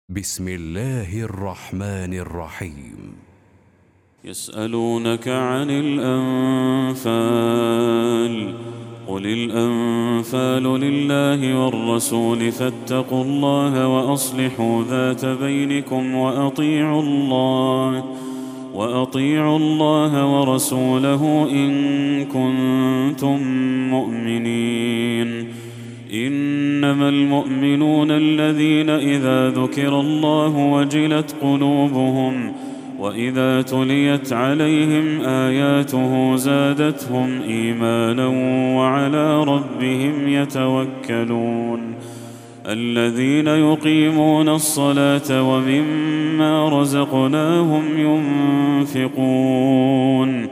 بسم الله الرحمن الرحيم. يسألونك عن الأنفال، قل الأنفال لله والرسول فاتقوا الله وأصلحوا ذات بينكم وأطيعوا الله ورسوله إن كنتم مؤمنين. إنما المؤمنون الذين إذا ذكر الله وجلت قلوبهم وإذا تليت عليهم آياته زادتهم إيمانا وعلى ربهم يتوكلون. الذين يقيمون الصلاة ومما رزقناهم ينفقون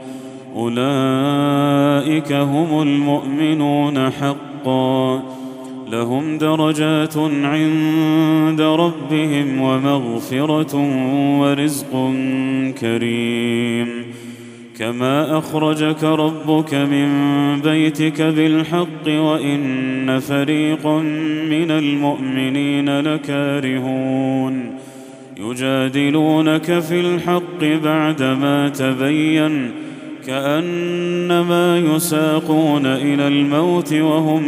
أولئك هم المؤمنون حقا، لهم درجات عند ربهم ومغفرة ورزق كريم. كما أخرجك ربك من بيتك بالحق وإن فريقا من المؤمنين لكارهون يجادلونك في الحق بعدما تبين كأنما يساقون إلى الموت وهم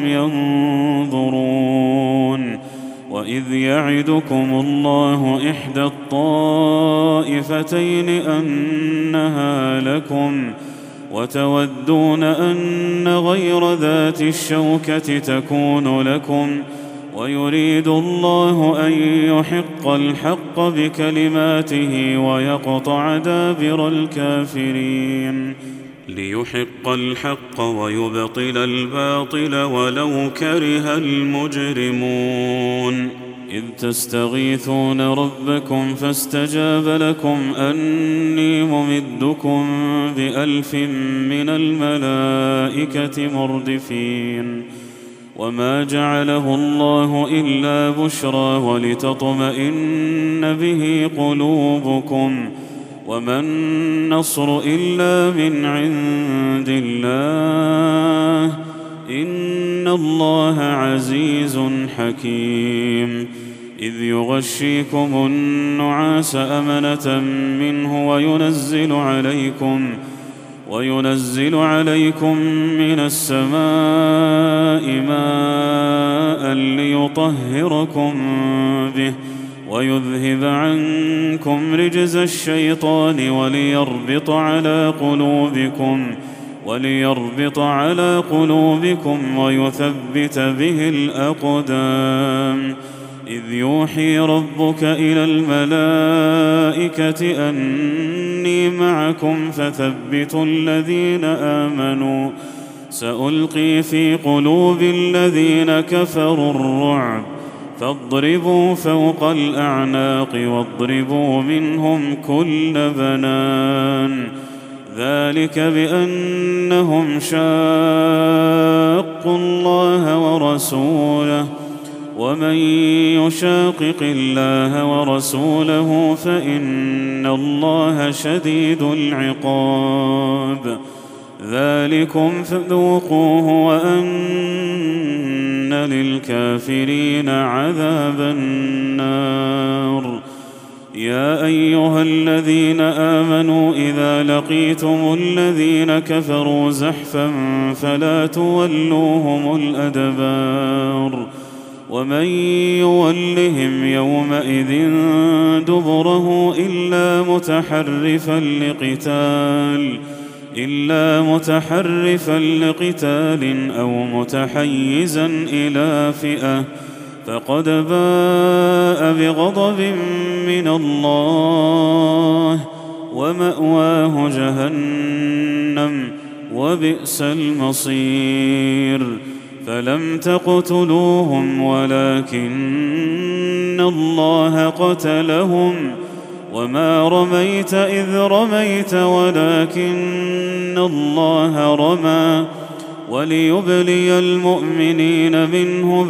ينظرون. وإذ يعدكم الله إحدى الطائفتين أنها لكم وتودون أن غير ذات الشوكة تكون لكم، ويريد الله أن يحق الحق بكلماته ويقطع دابر الكافرين، ليحق الحق ويبطل الباطل ولو كره المجرمون. إذ تستغيثون ربكم فاستجاب لكم أني ممدكم ب1000 من الملائكة مردفين. وما جعله الله إلا بشرى ولتطمئن به قلوبكم، وما النصر إلا من عند الله، إن الله عزيز حكيم. إذ يغشيكم النعاس أمنة منه وينزل عليكم من السماء ماء ليطهركم به ويذهب عنكم رجز الشيطان وليربط على قلوبكم ويثبت به الأقدام. إذ يوحي ربك إلى الملائكة أني معكم فثبتوا الذين آمنوا، سألقي في قلوب الذين كفروا الرعب فاضربوا فوق الأعناق واضربوا منهم كل بنان. ذلك بأنهم شاقوا الله ورسوله، ومن يشاقق الله ورسوله فإن الله شديد العقاب. ذلكم فذوقوه وأن للكافرين عذاب النار. يا أيها الذين آمنوا إذا لقيتم الذين كفروا زحفا فلا تولوهم الأدبار، ومن يولهم يومئذ دبره إلا متحرفا لقتال أو متحيزا إلى فئة فقد باء بغضب من الله ومأواه جهنم وبئس المصير. فلم تقتلوهم ولكن الله قتلهم، وما رميت إذ رميت ولكن الله رمى، وليبلي المؤمنين منه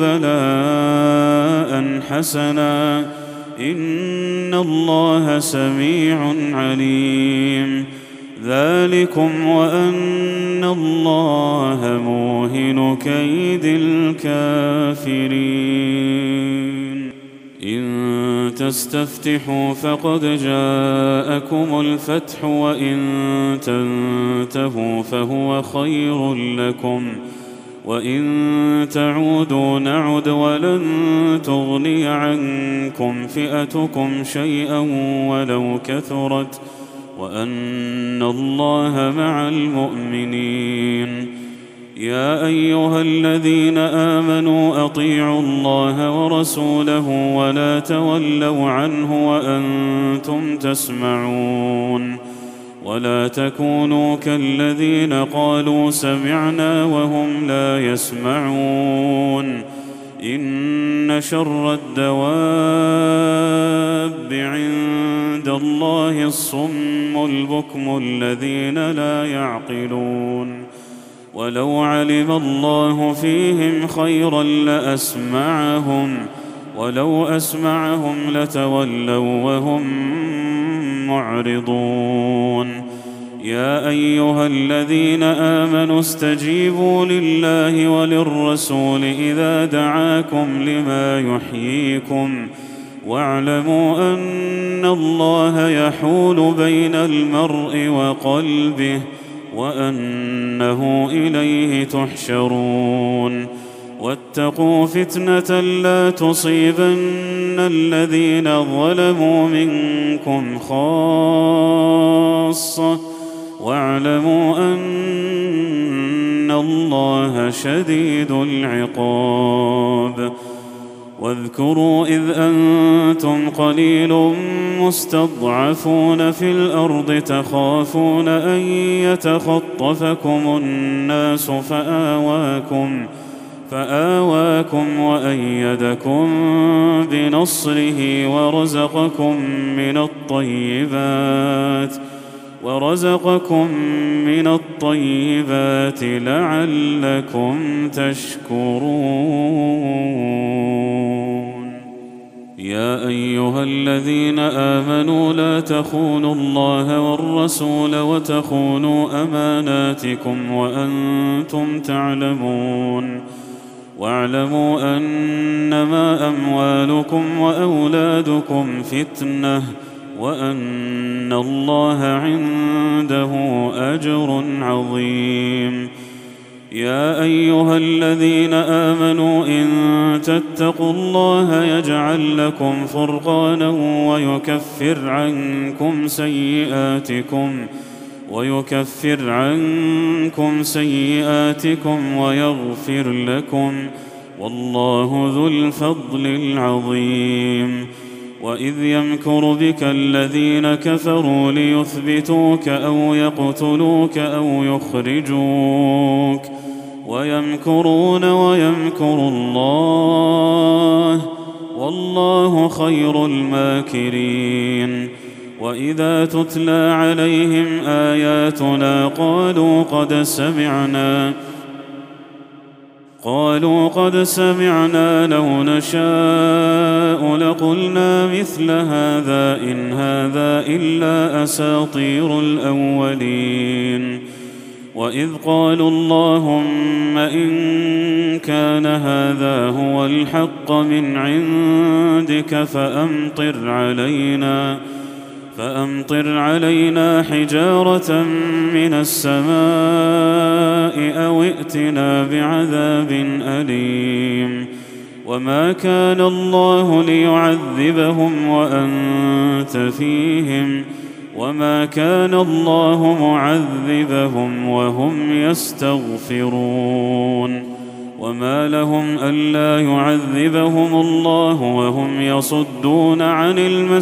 بلاء حسنا، إن الله سميع عليم. ذلكم وأن الله موهن كيد الكافرين. إن تستفتحوا فقد جاءكم الفتح وإن تنتهوا فهو خير لكم وإن تعودوا نعد ولن تغني عنكم فئتكم شيئا ولو كثرت وأن الله مع المؤمنين. يا أيها الذين آمنوا أطيعوا الله ورسوله ولا تولوا عنه وأنتم تسمعون ولا تكونوا كالذين قالوا سمعنا وهم لا يسمعون. إن شر الدواب عند الله الصم البكم الذين لا يعقلون. ولو علم الله فيهم خيرا لأسمعهم ولو أسمعهم لتولوا وهم معرضون. يا أيها الذين آمنوا استجيبوا لله وللرسول إذا دعاكم لما يحييكم واعلموا أن الله يحول بين المرء وقلبه وأنه إليه تحشرون. واتقوا فتنة لا تصيبن الذين ظلموا منكم خاصة واعلموا أن الله شديد العقاب. واذكروا إذ أنتم قليل مستضعفون في الأرض تخافون أن يتخطفكم الناس فآواكم وأيدكم بنصره ورزقكم من الطيبات لعلكم تشكرون. يا أيها الذين آمنوا لا تخونوا الله والرسول وتخونوا أماناتكم وأنتم تعلمون. واعلموا أنما أموالكم وأولادكم فتنة وأن الله عنده أجر عظيم. يا أيها الذين آمنوا إن تتقوا الله يجعل لكم فرقانا ويكفر عنكم سيئاتكم ويغفر لكم والله ذو الفضل العظيم. وإذ يمكر بك الذين كفروا ليثبتوك أو يقتلوك أو يخرجوك ويمكرون ويمكر الله والله خير الماكرين. وإذا تتلى عليهم آياتنا قالوا قد سمعنا لو نشاء لقلنا مثل هذا إن هذا إلا أساطير الأولين. وإذ قالوا اللهم إن كان هذا هو الحق من عندك فأمطر علينا حجارة من السماء أو ائتنا بعذاب أليم. وما كان الله ليعذبهم وأنت فيهم وما كان الله معذبهم وهم يستغفرون. وما لهم ألا يعذبهم الله وهم يصدون عن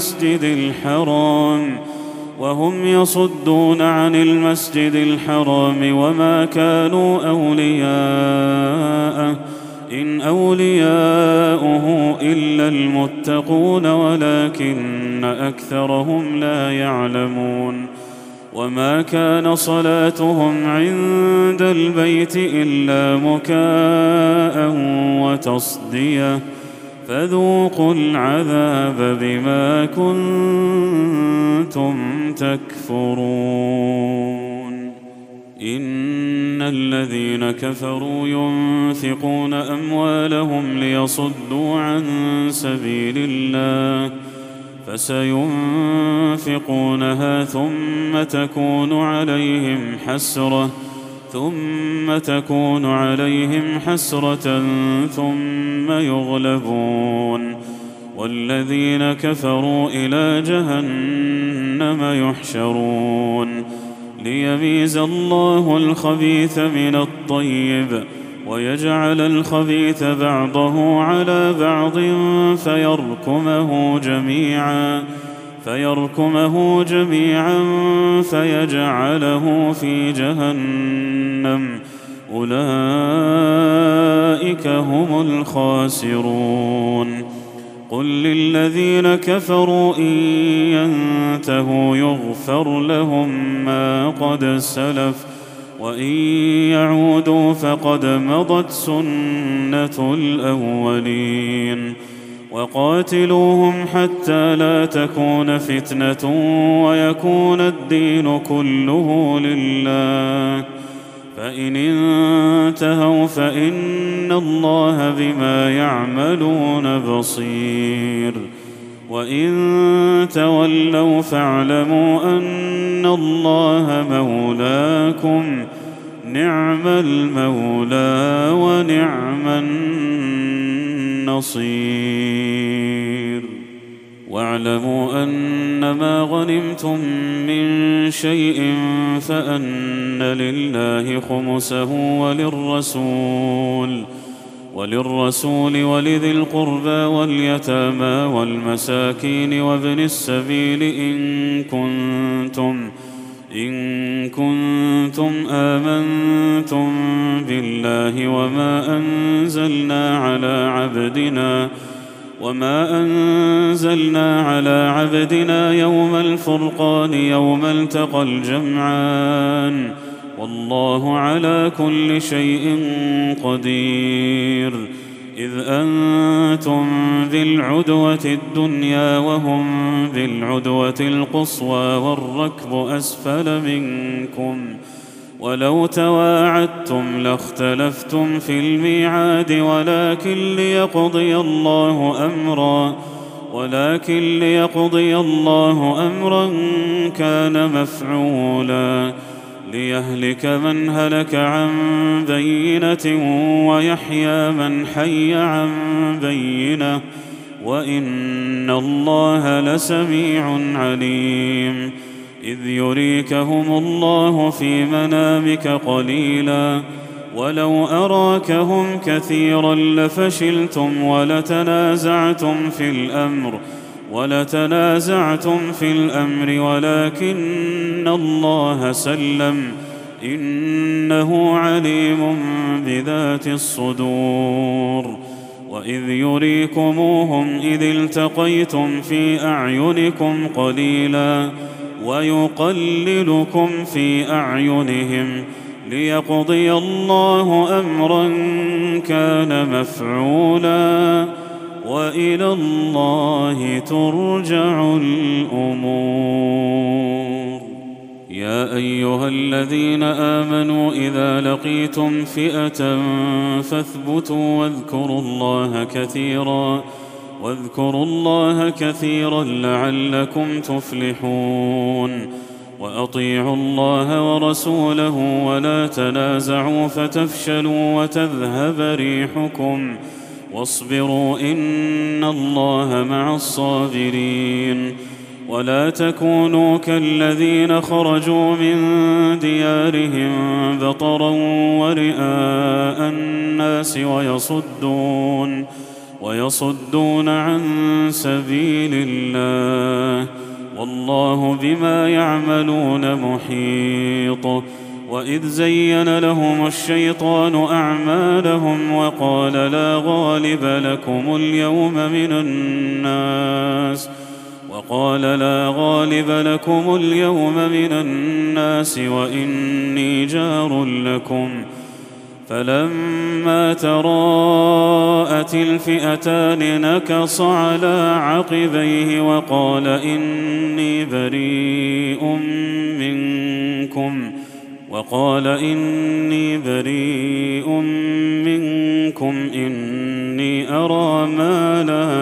المسجد الحرام وما كانوا أولياءه إن أولياؤه إلا المتقون ولكن أكثرهم لا يعلمون. وما كان صلاتهم عند البيت إلا مكاء وتصدية فذوقوا العذاب بما كنتم تكفرون. إن الذين كفروا ينفقون أموالهم ليصدوا عن سبيل الله فسينفقونها ثم تكون عليهم حسرة ثم يغلبون والذين كفروا إلى جهنم يحشرون ليميز الله الخبيث من الطيب ويجعل الخبيث بعضه على بعض فيركمه جميعا فيجعله في جهنم أولئك هم الخاسرون قل للذين كفروا إن ينتهوا يغفر لهم ما قد سلف وإن يعودوا فقد مضت سنة الأولين وقاتلوهم حتى لا تكون فتنة ويكون الدين كله لله فإن انتهوا فإن الله بما يعملون بصير وإن تولوا فاعلموا أن الله مولاكم نعم المولى ونعم النصير واعلموا أنما غنمتم من شيء فأن لله خمسه وللرسول ولذي القربى واليتامى والمساكين وابن السبيل إن كنتم آمنتم بالله وما أنزلنا على عبدنا يوم الفرقان يوم التقى الجمعان والله على كل شيء قدير إذ أنتم بالعدوة الدنيا وهم بالعدوة القصوى والركب أسفل منكم ولو تواعدتم لاختلفتم في الميعاد ولكن ليقضي الله أمرا كان مفعولا ليهلك من هلك عن بينة ويحيى من حي عن بينة وإن الله لسميع عليم إذ يريكهم الله في منامك قليلا ولو أراكهم كثيرا لفشلتم ولتنازعتم في الأمر ولكن الله سلم إنه عليم بذات الصدور وإذ يريكموهم إذ التقيتم في أعينكم قليلا ويقللكم في أعينهم ليقضي الله أمرا كان مفعولا وإلى الله ترجع الأمور يا أيها الذين آمنوا إذا لقيتم فئة فاثبتوا واذكروا الله كثيرا لعلكم تفلحون وأطيعوا الله ورسوله ولا تنازعوا فتفشلوا وتذهب ريحكم واصبروا إن الله مع الصابرين ولا تكونوا كالذين خرجوا من ديارهم بطرا ورئاء الناس ويصدون عن سبيل الله والله بما يعملون محيط وإذ زين لهم الشيطان أعمالهم وقال لا غالب لكم اليوم من الناس وإني جار لكم فلما تراءت الفئتان نكص على عقبيه وقال إني بريء منكم إني أرى ما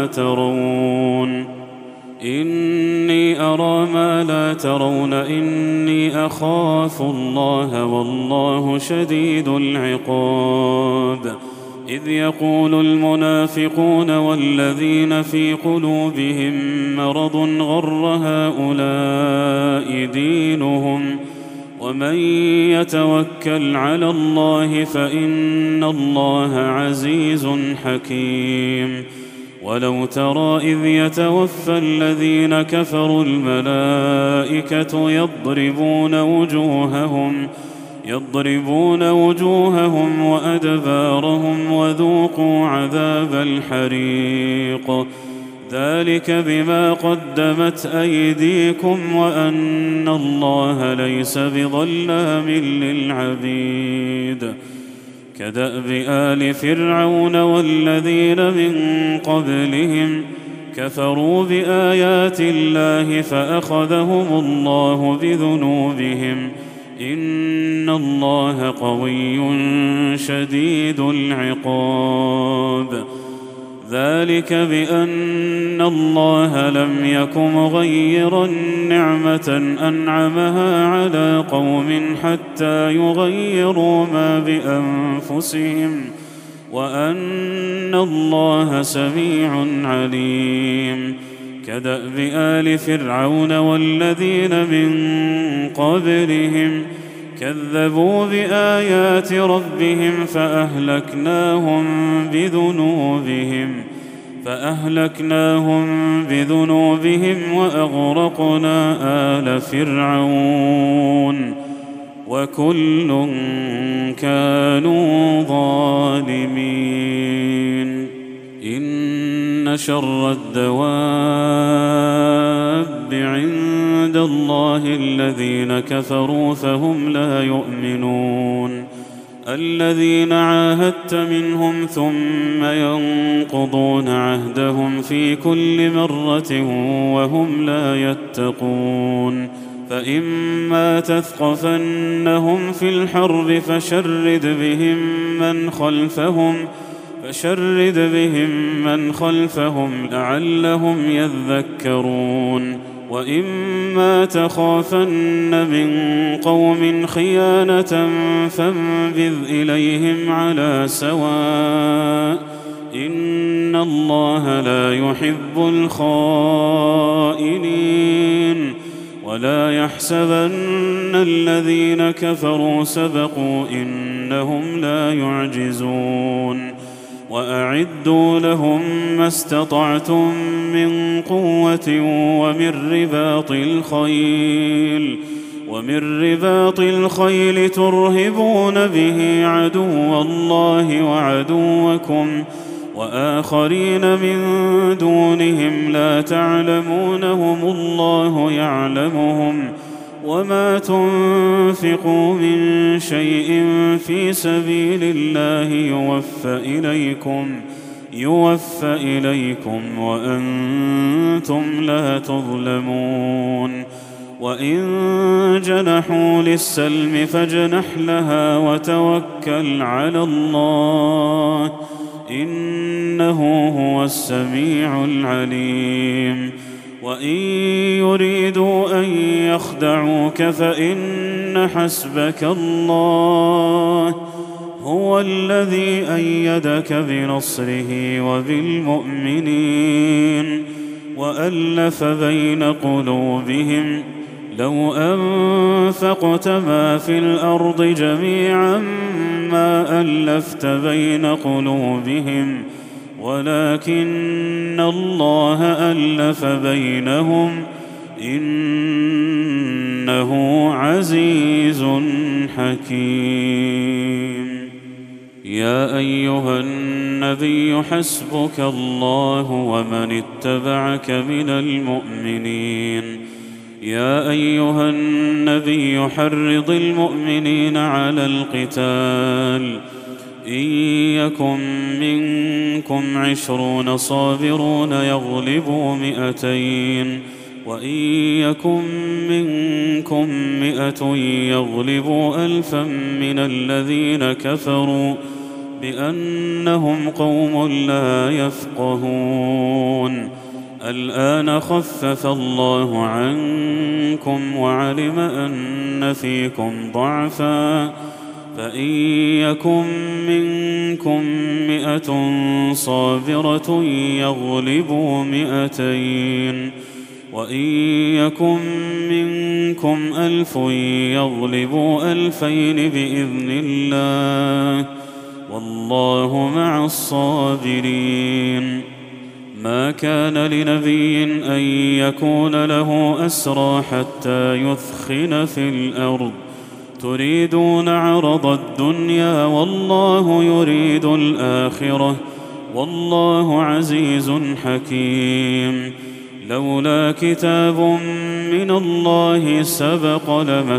لا ترون إني أخاف الله والله شديد العقاب. إذ يقول المنافقون والذين في قلوبهم مرض غر هؤلاء دينهم ومن يتوكل على الله فإن الله عزيز حكيم. ولو ترى إذ يتوفى الذين كفروا الملائكة يضربون وجوههم وأدبارهم وذوقوا عذاب الحريق ذلك بما قدمت أيديكم وأن الله ليس بظلام للعبيد. كدأب آل فرعون والذين من قبلهم كفروا بآيات الله فأخذهم الله بذنوبهم إن الله قوي شديد العقاب. ذلك بأن الله لم يك مغيرا نعمة أنعمها على قوم حتى يغيروا ما بأنفسهم وأن الله سميع عليم. كدأب آل فرعون والذين من قبلهم كذبوا بآيات ربهم فأهلكناهم بذنوبهم وأغرقنا آل فرعون وكل كانوا ظالمين. إن شر الدواب عند الله الذين كفروا فهم لا يؤمنون. الذين عاهدت منهم ثم ينقضون عهدهم في كل مرة وهم لا يتقون. فإما تثقفنهم في الحرب فشرد بهم من خلفهم لعلهم يذكرون. وإما تخافن من قوم خيانة فانبذ إليهم على سواء إن الله لا يحب الخائنين. ولا يحسبن الذين كفروا سبقوا إنهم لا يعجزون. وأعدوا لهم ما استطعتم من قوة ومن رباط الخيل ترهبون به عدو الله وعدوكم وآخرين من دونهم لا تعلمونهم الله يعلمهم. وما تنفقوا من شيء في سبيل الله يوفى إليكم وأنتم لا تظلمون. وإن جنحوا للسلم فاجنح لها وتوكل على الله إنه هو السميع العليم. وإن يريدوا أن يخدعوك فإن حسبك الله هو الذي أيدك بنصره وبالمؤمنين وألف بين قلوبهم لو أنفقت ما في الأرض جميعا ما ألفت بين قلوبهم ولكن الله ألف بينهم إنه عزيز حكيم. يا أيها النبي حسبك الله ومن اتبعك من المؤمنين. يا أيها النبي حرض المؤمنين على القتال إن يكن منكم 20 صابرون يغلبوا 200 وإن يكن منكم 100 يغلبوا 1000 من الذين كفروا بأنهم قوم لا يفقهون. الآن خفف الله عنكم وعلم أن فيكم ضعفا، فإن يكن منكم 100 صابرة يغلبوا 200، وإن يكن منكم 1000 يغلبوا 2000 بإذن الله، والله مع الصابرين. ما كان لنبي أن يكون له أسرى حتى يثخن في الأرض، تريدون عرض الدنيا والله يريد الآخرة، والله عزيز حكيم. لولا كتاب من الله سبق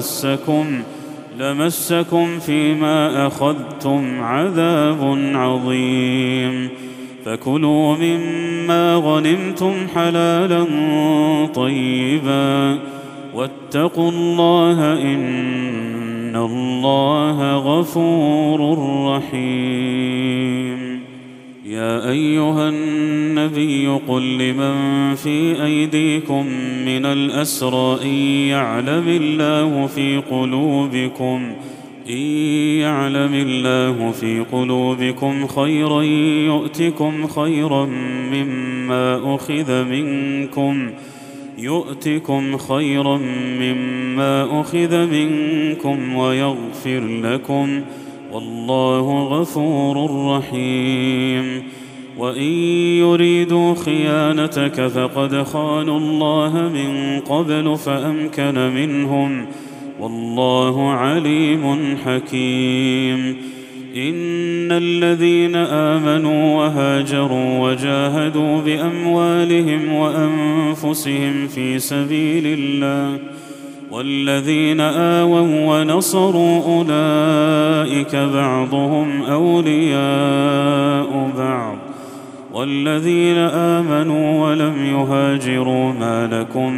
لمسكم فيما أخذتم عذاب عظيم. فكلوا مما غنمتم حلالا طيبا واتقوا الله إن الله غفور رحيم. يا أيها النبي قل لمن في أيديكم من الأسرى إن يعلم الله في قلوبكم خيرا يؤتكم خيرا مما أخذ منكم ويغفر لكم، والله غفور رحيم. وإن يريدوا خيانتك فقد خانوا الله من قبل فأمكن منهم، والله عليم حكيم. إن الذين آمنوا وهاجروا وجاهدوا بأموالهم وأنفسهم في سبيل الله والذين آووا ونصروا أولئك بعضهم أولياء بعض، والذين آمنوا ولم يهاجروا ما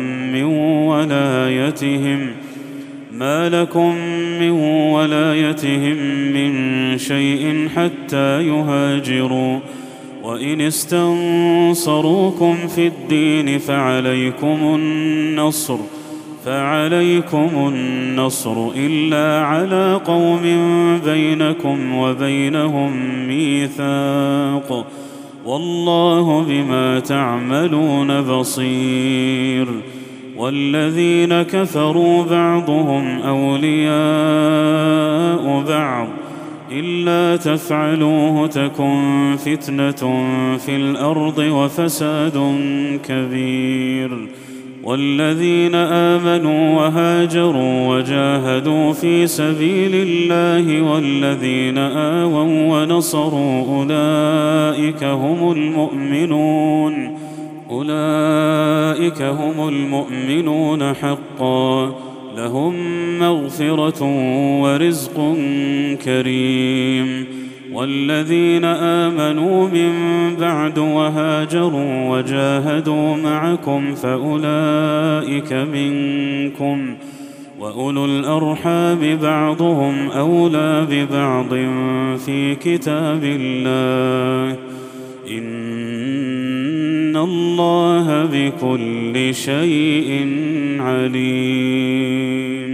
لكم من ولايتهم من شيء حتى يهاجروا، وإن استنصروكم في الدين فعليكم النصر إلا على قوم بينكم وبينهم ميثاق، والله بما تعملون بصير. والذين كفروا بعضهم أولياء بعض إلا تفعلوه تكن فتنة في الأرض وفساد كبير. والذين آمنوا وهاجروا وجاهدوا في سبيل الله والذين آووا ونصروا أولئك هم المؤمنون حقا، لهم مغفرة ورزق كريم. والذين آمنوا من بعد وهاجروا وجاهدوا معكم فأولئك منكم، وأولو الأرحام بعضهم أولى ببعض في كتاب الله، إن الله بكل شيء عليم.